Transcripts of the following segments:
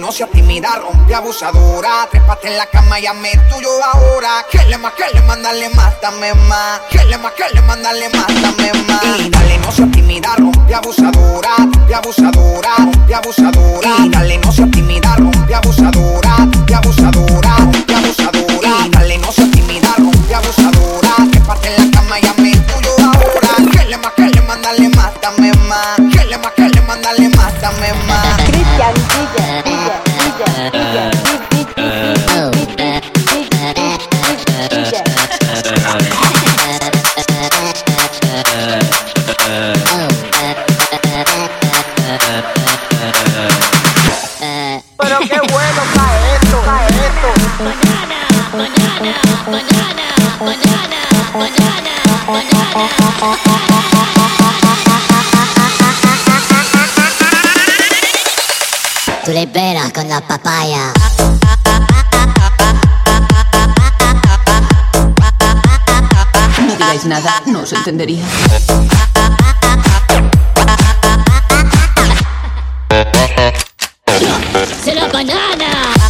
no seas tímida, rompe abusadora. Trépate en la cama y hazme tuyo ahora. Que le más, dale más, dame más. Que le más, dale más, dame más. Y dale, no seas tímida, rompe abusadora. Rompe abusadora, rompe abusadora. Y dale, no seas tímida, rompe abusadora. Rompe abusadora, rompe abusadora. Y dale, no seas tímida, rompe abusadora. Trépate en la cama y hazme tuyo ahora. Que le más, dale más, dame más. Que le más, dale más, dame más. Cristian Pero qué bueno cae esto, cae esto. Tú le esperas con la papaya. No digáis nada, no os entendería. ¡Se la banana!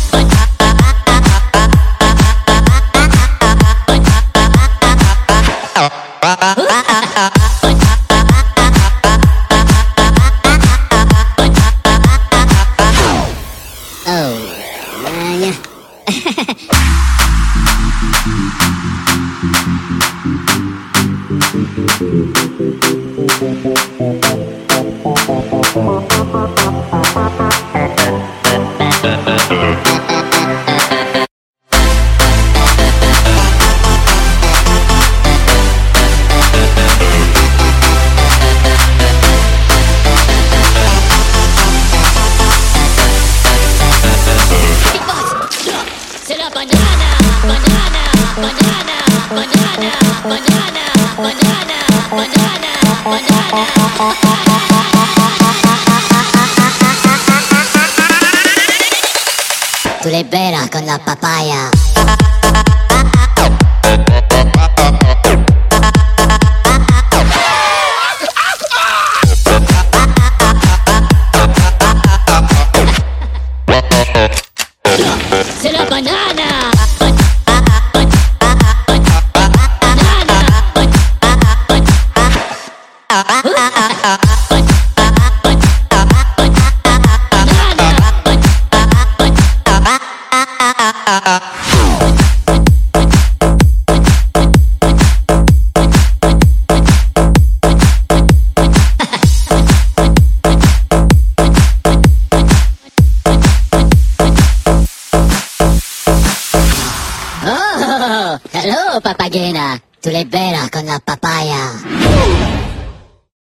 Tú le esperas con la papaya. ¡Se la banana! Oh, hello, papayena. Tú le esperas con la papaya.